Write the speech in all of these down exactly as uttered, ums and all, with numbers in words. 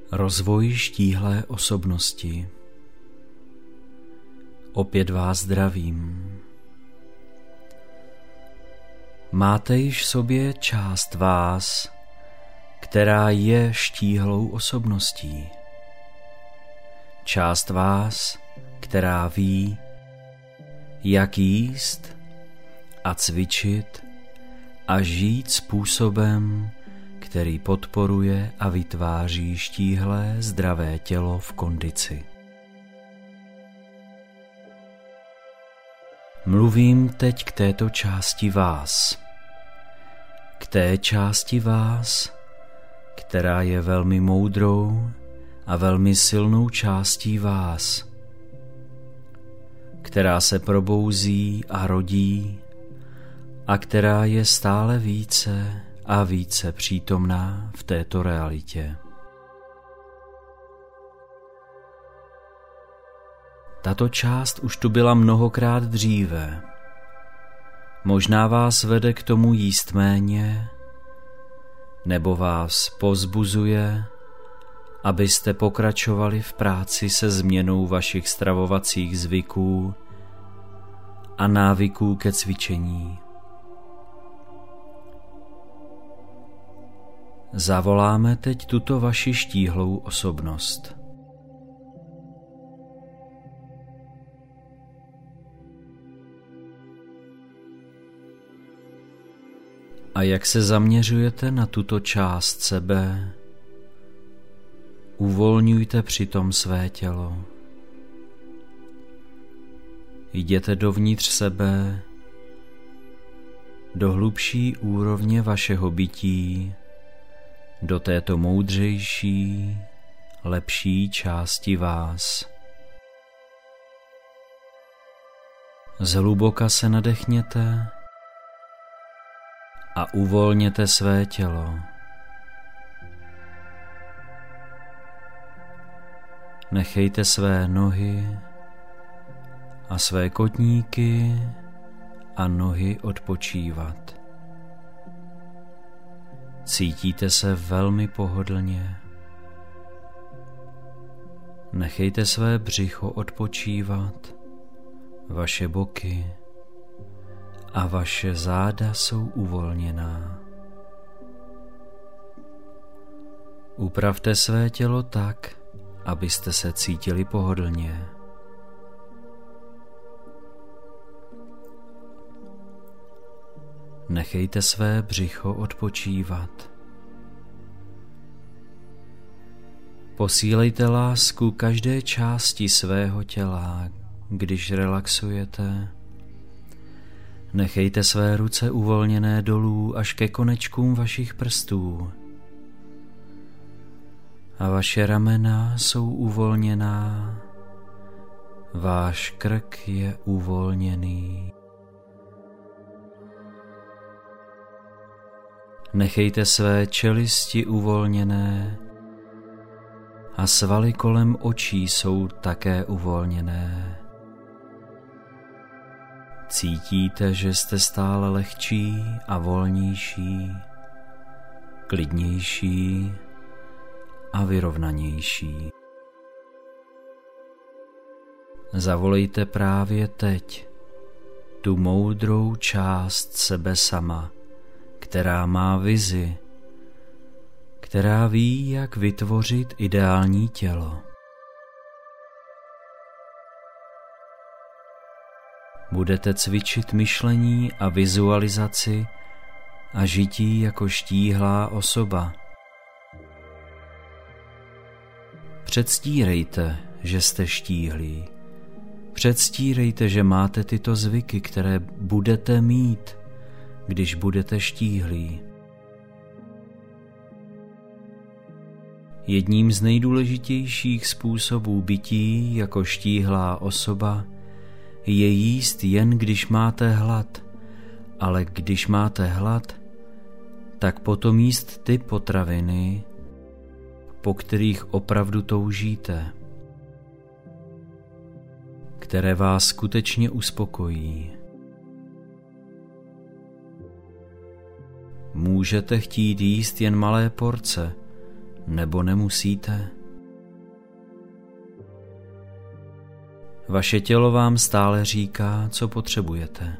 Rozvoj štíhlé osobnosti. Opět vás zdravím. Máte již v sobě část vás, která je štíhlou osobností. Část vás, která ví, jak jíst a cvičit a žít způsobem, který podporuje a vytváří štíhlé, zdravé tělo v kondici. Mluvím teď k této části vás. K té části vás, která je velmi moudrou a velmi silnou částí vás, která se probouzí a rodí a která je stále více a více přítomná v této realitě. Tato část už tu byla mnohokrát dříve. Možná vás vede k tomu jíst méně, nebo vás povzbuzuje, abyste pokračovali v práci se změnou vašich stravovacích zvyků a návyků ke cvičení. Zavoláme teď tuto vaši štíhlou osobnost. A jak se zaměřujete na tuto část sebe, uvolňujte přitom své tělo. Jděte dovnitř sebe, do hlubší úrovně vašeho bytí, do této moudřejší, lepší části vás. Zhluboka se nadechněte a uvolněte své tělo. Nechejte své nohy a své kotníky a nohy odpočívat. Cítíte se velmi pohodlně. Nechejte své břicho odpočívat, vaše boky a vaše záda jsou uvolněná. Upravte své tělo tak, abyste se cítili pohodlně. Nechejte své břicho odpočívat. Posílejte lásku každé části svého těla, když relaxujete. Nechejte své ruce uvolněné dolů až ke konečkům vašich prstů. A vaše ramena jsou uvolněná. Váš krk je uvolněný. Nechejte své čelisti uvolněné a svaly kolem očí jsou také uvolněné. Cítíte, že jste stále lehčí a volnější, klidnější a vyrovnanější. Zavolejte právě teď tu moudrou část sebe sama, která má vizi, která ví, jak vytvořit ideální tělo. Budete cvičit myšlení a vizualizaci a žití jako štíhlá osoba. Předstírejte, že jste štíhlí. Předstírejte, že máte tyto zvyky, které budete mít, když budete štíhlí. Jedním z nejdůležitějších způsobů bytí jako štíhlá osoba je jíst jen, když máte hlad, ale když máte hlad, tak potom jíst ty potraviny, po kterých opravdu toužíte, které vás skutečně uspokojí. Můžete chtít jíst jen malé porce, nebo nemusíte. Vaše tělo vám stále říká, co potřebujete.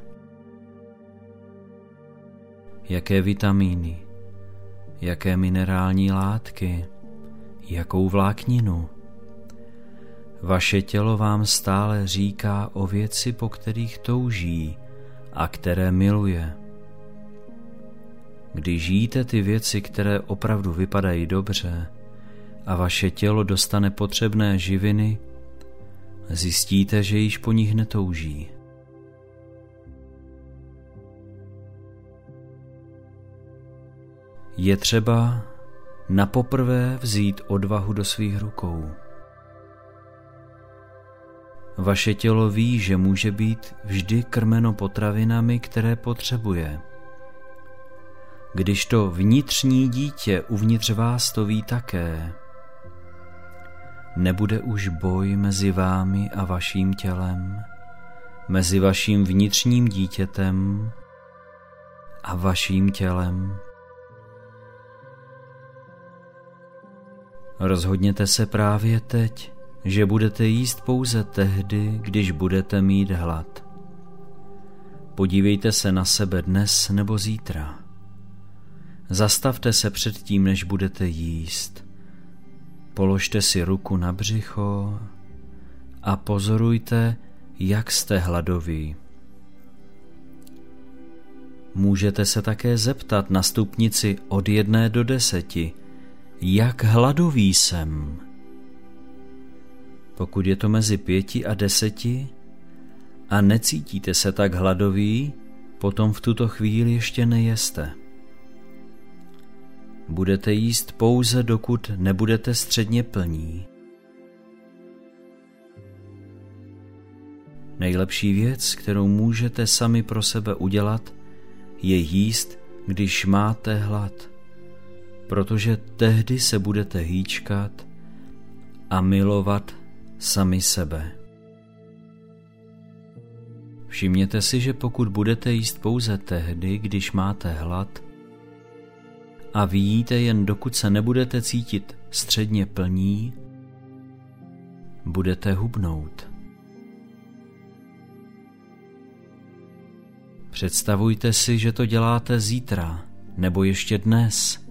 Jaké vitamíny, jaké minerální látky, jakou vlákninu. Vaše tělo vám stále říká o věci, po kterých touží a které miluje. Když jíte ty věci, které opravdu vypadají dobře, a vaše tělo dostane potřebné živiny, zjistíte, že již po nich netouží. Je třeba napoprvé vzít odvahu do svých rukou. Vaše tělo ví, že může být vždy krmeno potravinami, které potřebuje. Když to vnitřní dítě uvnitř vás to ví také, nebude už boj mezi vámi a vaším tělem, mezi vaším vnitřním dítětem a vaším tělem. Rozhodněte se právě teď, že budete jíst pouze tehdy, když budete mít hlad. Podívejte se na sebe dnes nebo zítra. Zastavte se před tím, než budete jíst. Položte si ruku na břicho a pozorujte, jak jste hladoví. Můžete se také zeptat na stupnici od jedné do deseti, jak hladový jsem. Pokud je to mezi pěti a deseti a necítíte se tak hladový, potom v tuto chvíli ještě nejeste. Budete jíst pouze, dokud nebudete středně plní. Nejlepší věc, kterou můžete sami pro sebe udělat, je jíst, když máte hlad, protože tehdy se budete hýčkat a milovat sami sebe. Všimněte si, že pokud budete jíst pouze tehdy, když máte hlad, a vy jíte jen dokud se nebudete cítit středně plní, budete hubnout. Představujte si, že to děláte zítra nebo ještě dnes.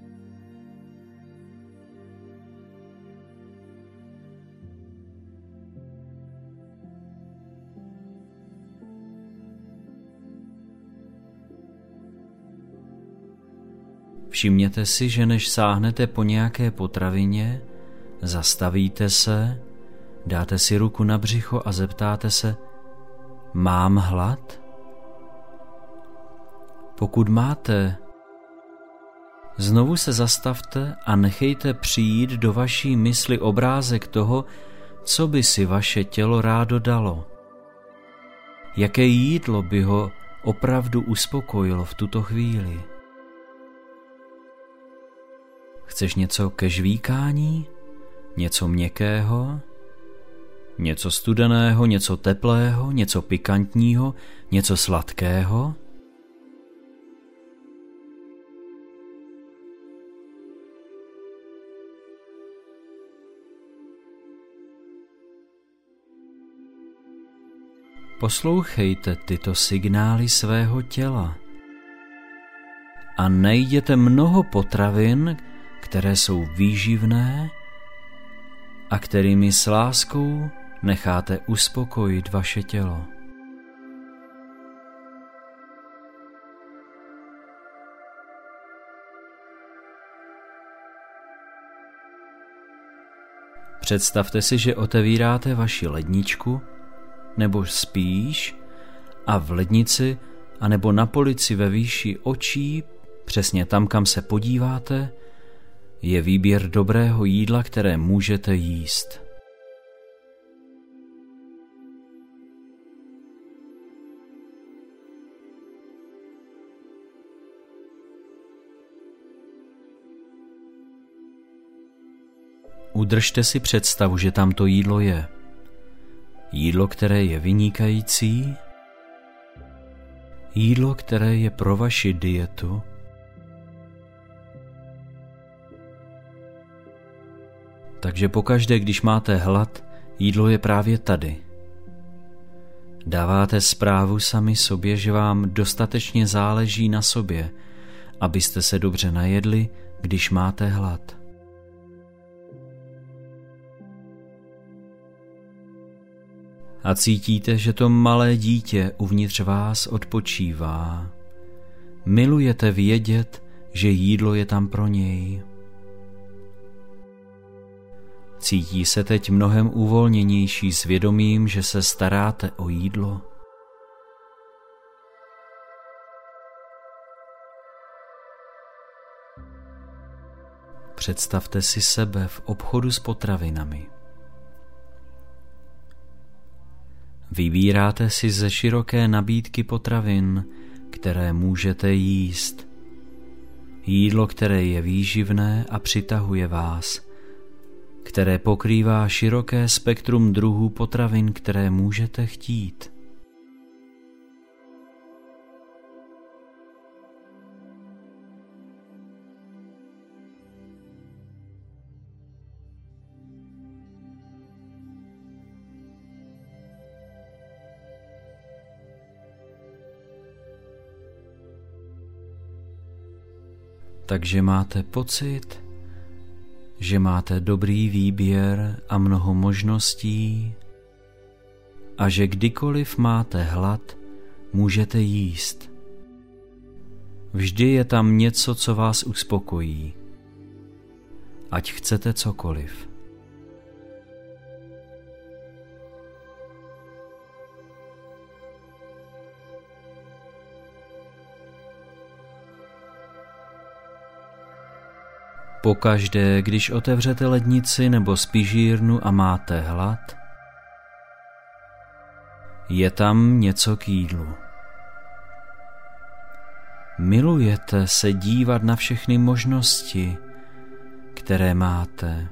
Všimněte si, že než sáhnete po nějaké potravině, zastavíte se, dáte si ruku na břicho a zeptáte se, mám hlad? Pokud máte, znovu se zastavte a nechejte přijít do vaší mysli obrázek toho, co by si vaše tělo rádo dalo. Jaké jídlo by ho opravdu uspokojilo v tuto chvíli? Chceš něco ke žvíkání? Něco měkkého? Něco studeného, něco teplého, něco pikantního, něco sladkého? Poslouchejte tyto signály svého těla a najděte mnoho potravin, které jsou výživné a kterými s láskou necháte uspokojit vaše tělo. Představte si, že otevíráte vaši ledničku, nebo spíš, a v lednici anebo na polici ve výši očí, přesně tam, kam se podíváte, je výběr dobrého jídla, které můžete jíst. Udržte si představu, že tam to jídlo je. Jídlo, které je vynikající, jídlo, které je pro vaši dietu, takže pokaždé, když máte hlad, jídlo je právě tady, Dáváte zprávu sami sobě, že vám dostatečně záleží na sobě, abyste se dobře najedli, když máte hlad. A cítíte, že to malé dítě uvnitř vás odpočívá. Milujete vědět, že jídlo je tam pro něj. Cítí se teď mnohem uvolněnější s vědomím, že se staráte o jídlo. Představte si sebe v obchodu s potravinami. Vybíráte si ze široké nabídky potravin, které můžete jíst. Jídlo, které je výživné a přitahuje vás, které pokrývá široké spektrum druhů potravin, které můžete chtít. Takže máte pocit, že máte dobrý výběr a mnoho možností a že kdykoliv máte hlad, můžete jíst. Vždy je tam něco, co vás uspokojí, ať chcete cokoliv. Pokaždé, když otevřete lednici nebo spižírnu a máte hlad, je tam něco k jídlu. Milujete se dívat na všechny možnosti, které máte.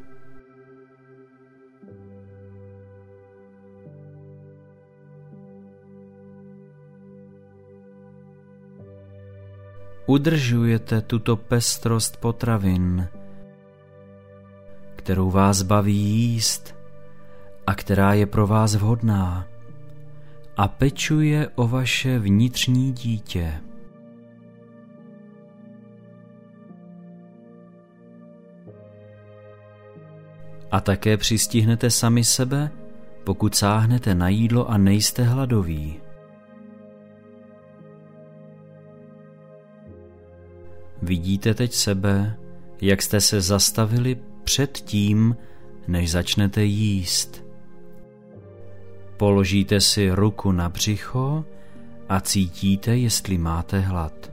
Udržujete tuto pestrost potravin, kterou vás baví jíst a která je pro vás vhodná, a pečuje o vaše vnitřní dítě. A také přistihnete sami sebe, pokud sáhnete na jídlo a nejste hladoví. Vidíte teď sebe, jak jste se zastavili před tím, než začnete jíst. Položíte si ruku na břicho a cítíte, jestli máte hlad.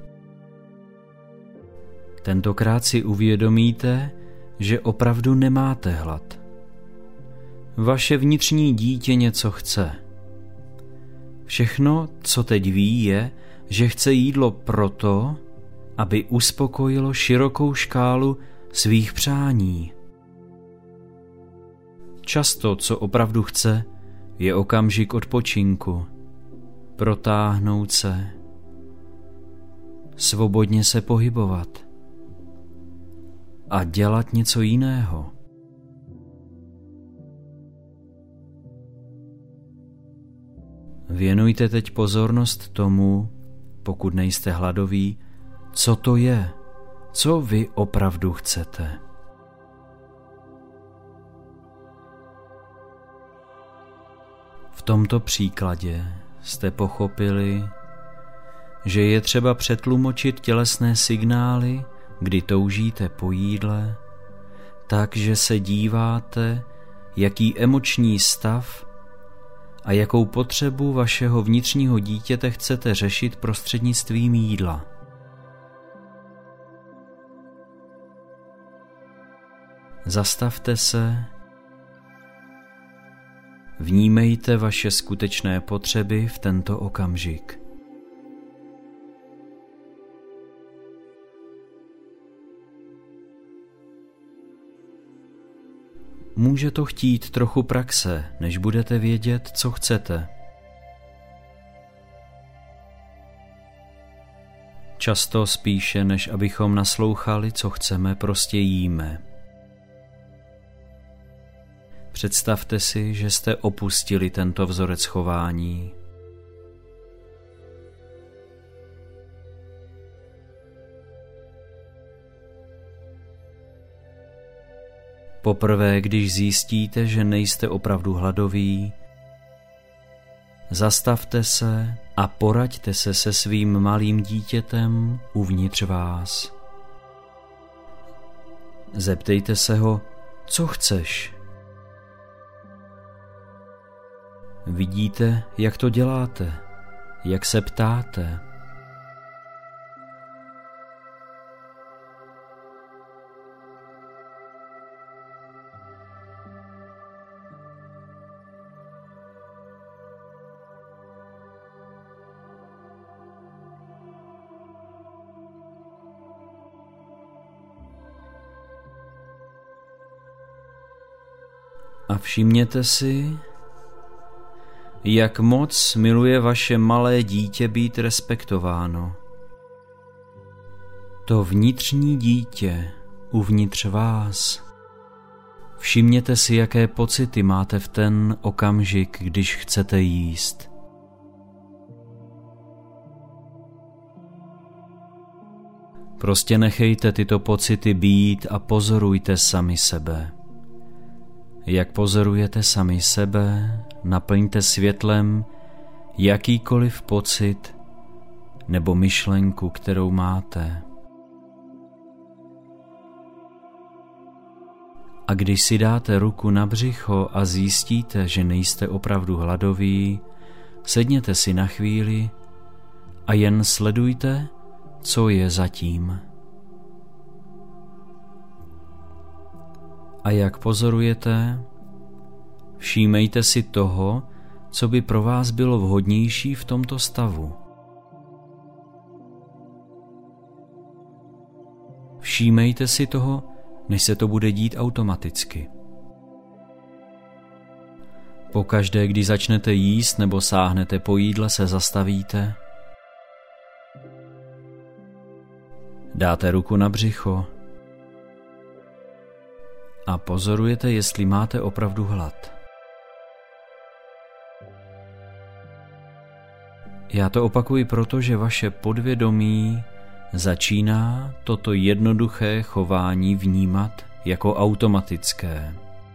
Tentokrát si uvědomíte, že opravdu nemáte hlad. Vaše vnitřní dítě něco chce. Všechno, co teď ví, je, že chce jídlo proto, aby uspokojilo širokou škálu svých přání. Často, co opravdu chce, je okamžik odpočinku, protáhnout se, svobodně se pohybovat a dělat něco jiného. Věnujte teď pozornost tomu, pokud nejste hladoví, co to je, co vy opravdu chcete. V tomto příkladě jste pochopili, že je třeba přetlumočit tělesné signály, kdy toužíte po jídle, takže se díváte, jaký emoční stav a jakou potřebu vašeho vnitřního dítěte chcete řešit prostřednictvím jídla. Zastavte se, vnímejte vaše skutečné potřeby v tento okamžik. Může to chtít trochu praxe, než budete vědět, co chcete. Často spíše, než abychom naslouchali, co chceme, prostě jíme. Představte si, že jste opustili tento vzorec chování Poprvé, když zjistíte, že nejste opravdu hladoví, zastavte se a poraďte se se svým malým dítětem uvnitř vás. Zeptejte se ho, co chceš. Vidíte, jak to děláte, jak se ptáte. A všimněte si, jak moc miluje vaše malé dítě být respektováno. To vnitřní dítě uvnitř vás. Všimněte si, jaké pocity máte v ten okamžik, když chcete jíst. Prostě nechejte tyto pocity být a pozorujte sami sebe. Jak pozorujete sami sebe, naplňte světlem jakýkoliv pocit nebo myšlenku, kterou máte. A když si dáte ruku na břicho a zjistíte, že nejste opravdu hladoví, sedněte si na chvíli a jen sledujte, co je zatím. A jak pozorujete, všímejte si toho, co by pro vás bylo vhodnější v tomto stavu. Všímejte si toho, než se to bude dít automaticky. Pokaždé, když začnete jíst nebo sáhnete po jídle, se zastavíte, dáte ruku na břicho a pozorujete, jestli máte opravdu hlad. Já to opakuji proto, že vaše podvědomí začíná toto jednoduché chování vnímat jako automatické.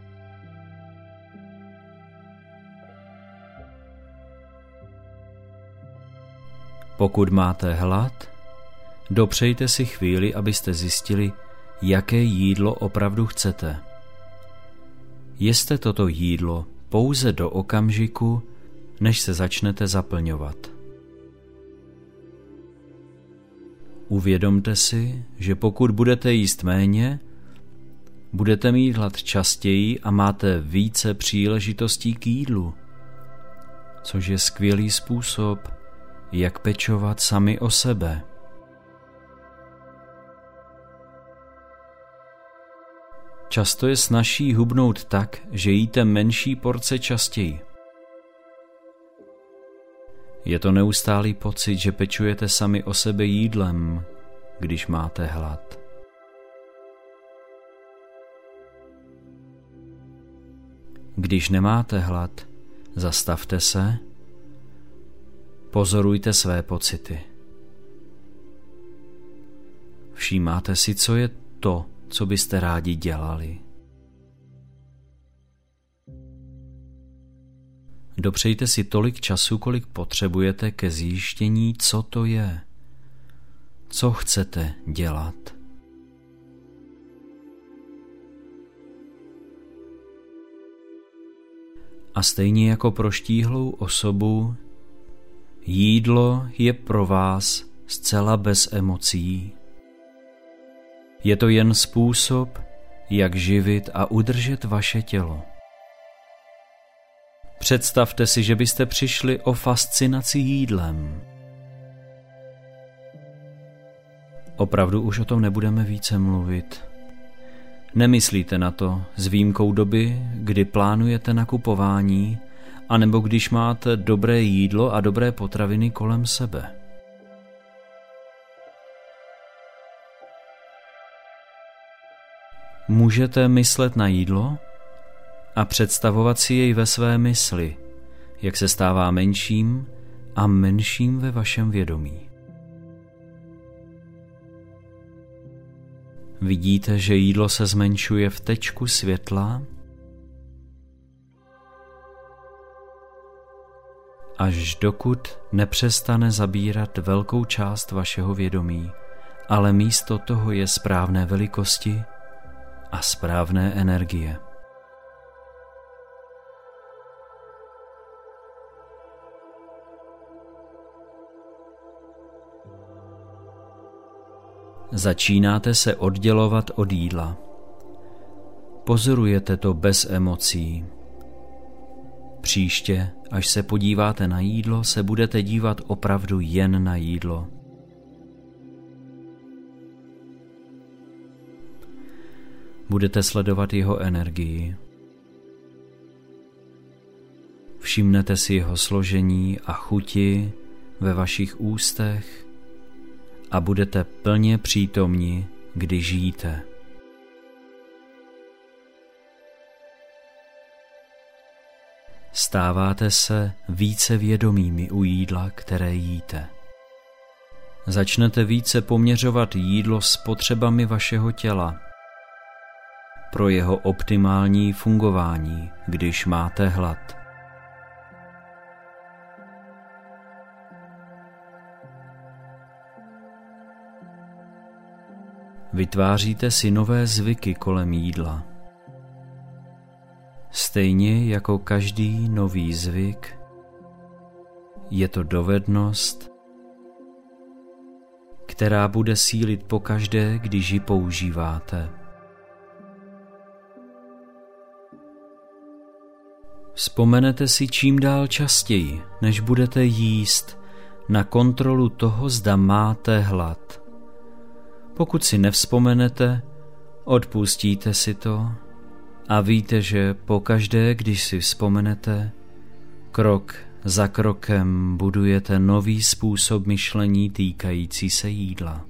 Pokud máte hlad, dopřejte si chvíli, abyste zjistili, jaké jídlo opravdu chcete. Jeste toto jídlo pouze do okamžiku, než se začnete zaplňovat. Uvědomte si, že pokud budete jíst méně, budete mít hlad častěji a máte více příležitostí k jídlu, což je skvělý způsob, jak pečovat sami o sebe. Často je snazší hubnout tak, že jíte menší porce častěji. Je to neustálý pocit, že pečujete sami o sebe jídlem, když máte hlad. Když nemáte hlad, zastavte se, pozorujte své pocity. Všímáte si, co je to, co byste rádi dělali. Dopřejte si tolik času, kolik potřebujete ke zjištění, co to je, co chcete dělat. A stejně jako pro štíhlou osobu, jídlo je pro vás zcela bez emocí. Je to jen způsob, jak živit a udržet vaše tělo. Představte si, že byste přišli o fascinaci jídlem. Opravdu už o tom nebudeme více mluvit. Nemyslíte na to s výjimkou doby, kdy plánujete nakupování, anebo když máte dobré jídlo a dobré potraviny kolem sebe. Můžete myslet na jídlo a představovat si jej ve své mysli, jak se stává menším a menším ve vašem vědomí. Vidíte, že jídlo se zmenšuje v tečku světla, až dokud nepřestane zabírat velkou část vašeho vědomí, ale místo toho je správné velikosti a správné energie. Začínáte se oddělovat od jídla. Pozorujete to bez emocí. Příště, až se podíváte na jídlo, se budete dívat opravdu jen na jídlo. Budete sledovat jeho energii. Všimnete si jeho složení a chuti ve vašich ústech a budete plně přítomni, když jíte. Stáváte se více vědomými u jídla, které jíte. Začnete více poměřovat jídlo s potřebami vašeho těla pro jeho optimální fungování, když máte hlad. Vytváříte si nové zvyky kolem jídla. Stejně jako každý nový zvyk, je to dovednost, která bude sílit pokaždé, když ji používáte. Vzpomenete si čím dál častěji, než budete jíst, na kontrolu toho, zda máte hlad. Pokud si nevzpomenete, odpustíte si to a víte, že pokaždé, když si vzpomenete, krok za krokem budujete nový způsob myšlení týkající se jídla.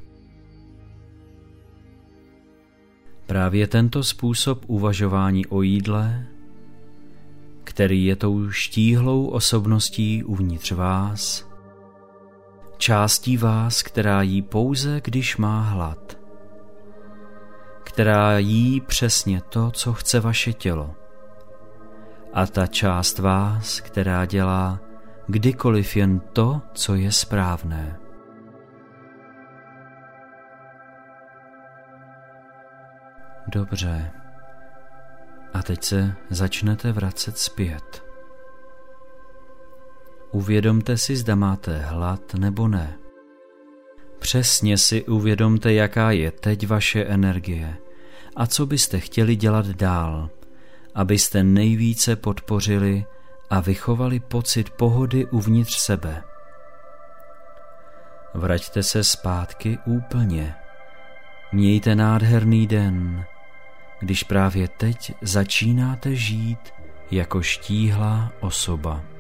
Právě tento způsob uvažování o jídle, který je tou štíhlou osobností uvnitř vás, částí vás, která jí pouze, když má hlad, která jí přesně to, co chce vaše tělo, a ta část vás, která dělá kdykoliv jen to, co je správné. Dobře. A teď se začnete vracet zpět. Uvědomte si, zda máte hlad nebo ne. Přesně si uvědomte, jaká je teď vaše energie a co byste chtěli dělat dál, abyste nejvíce podpořili a vychovali pocit pohody uvnitř sebe. Vraťte se zpátky úplně. Mějte nádherný den, když právě teď začínáte žít jako štíhlá osoba.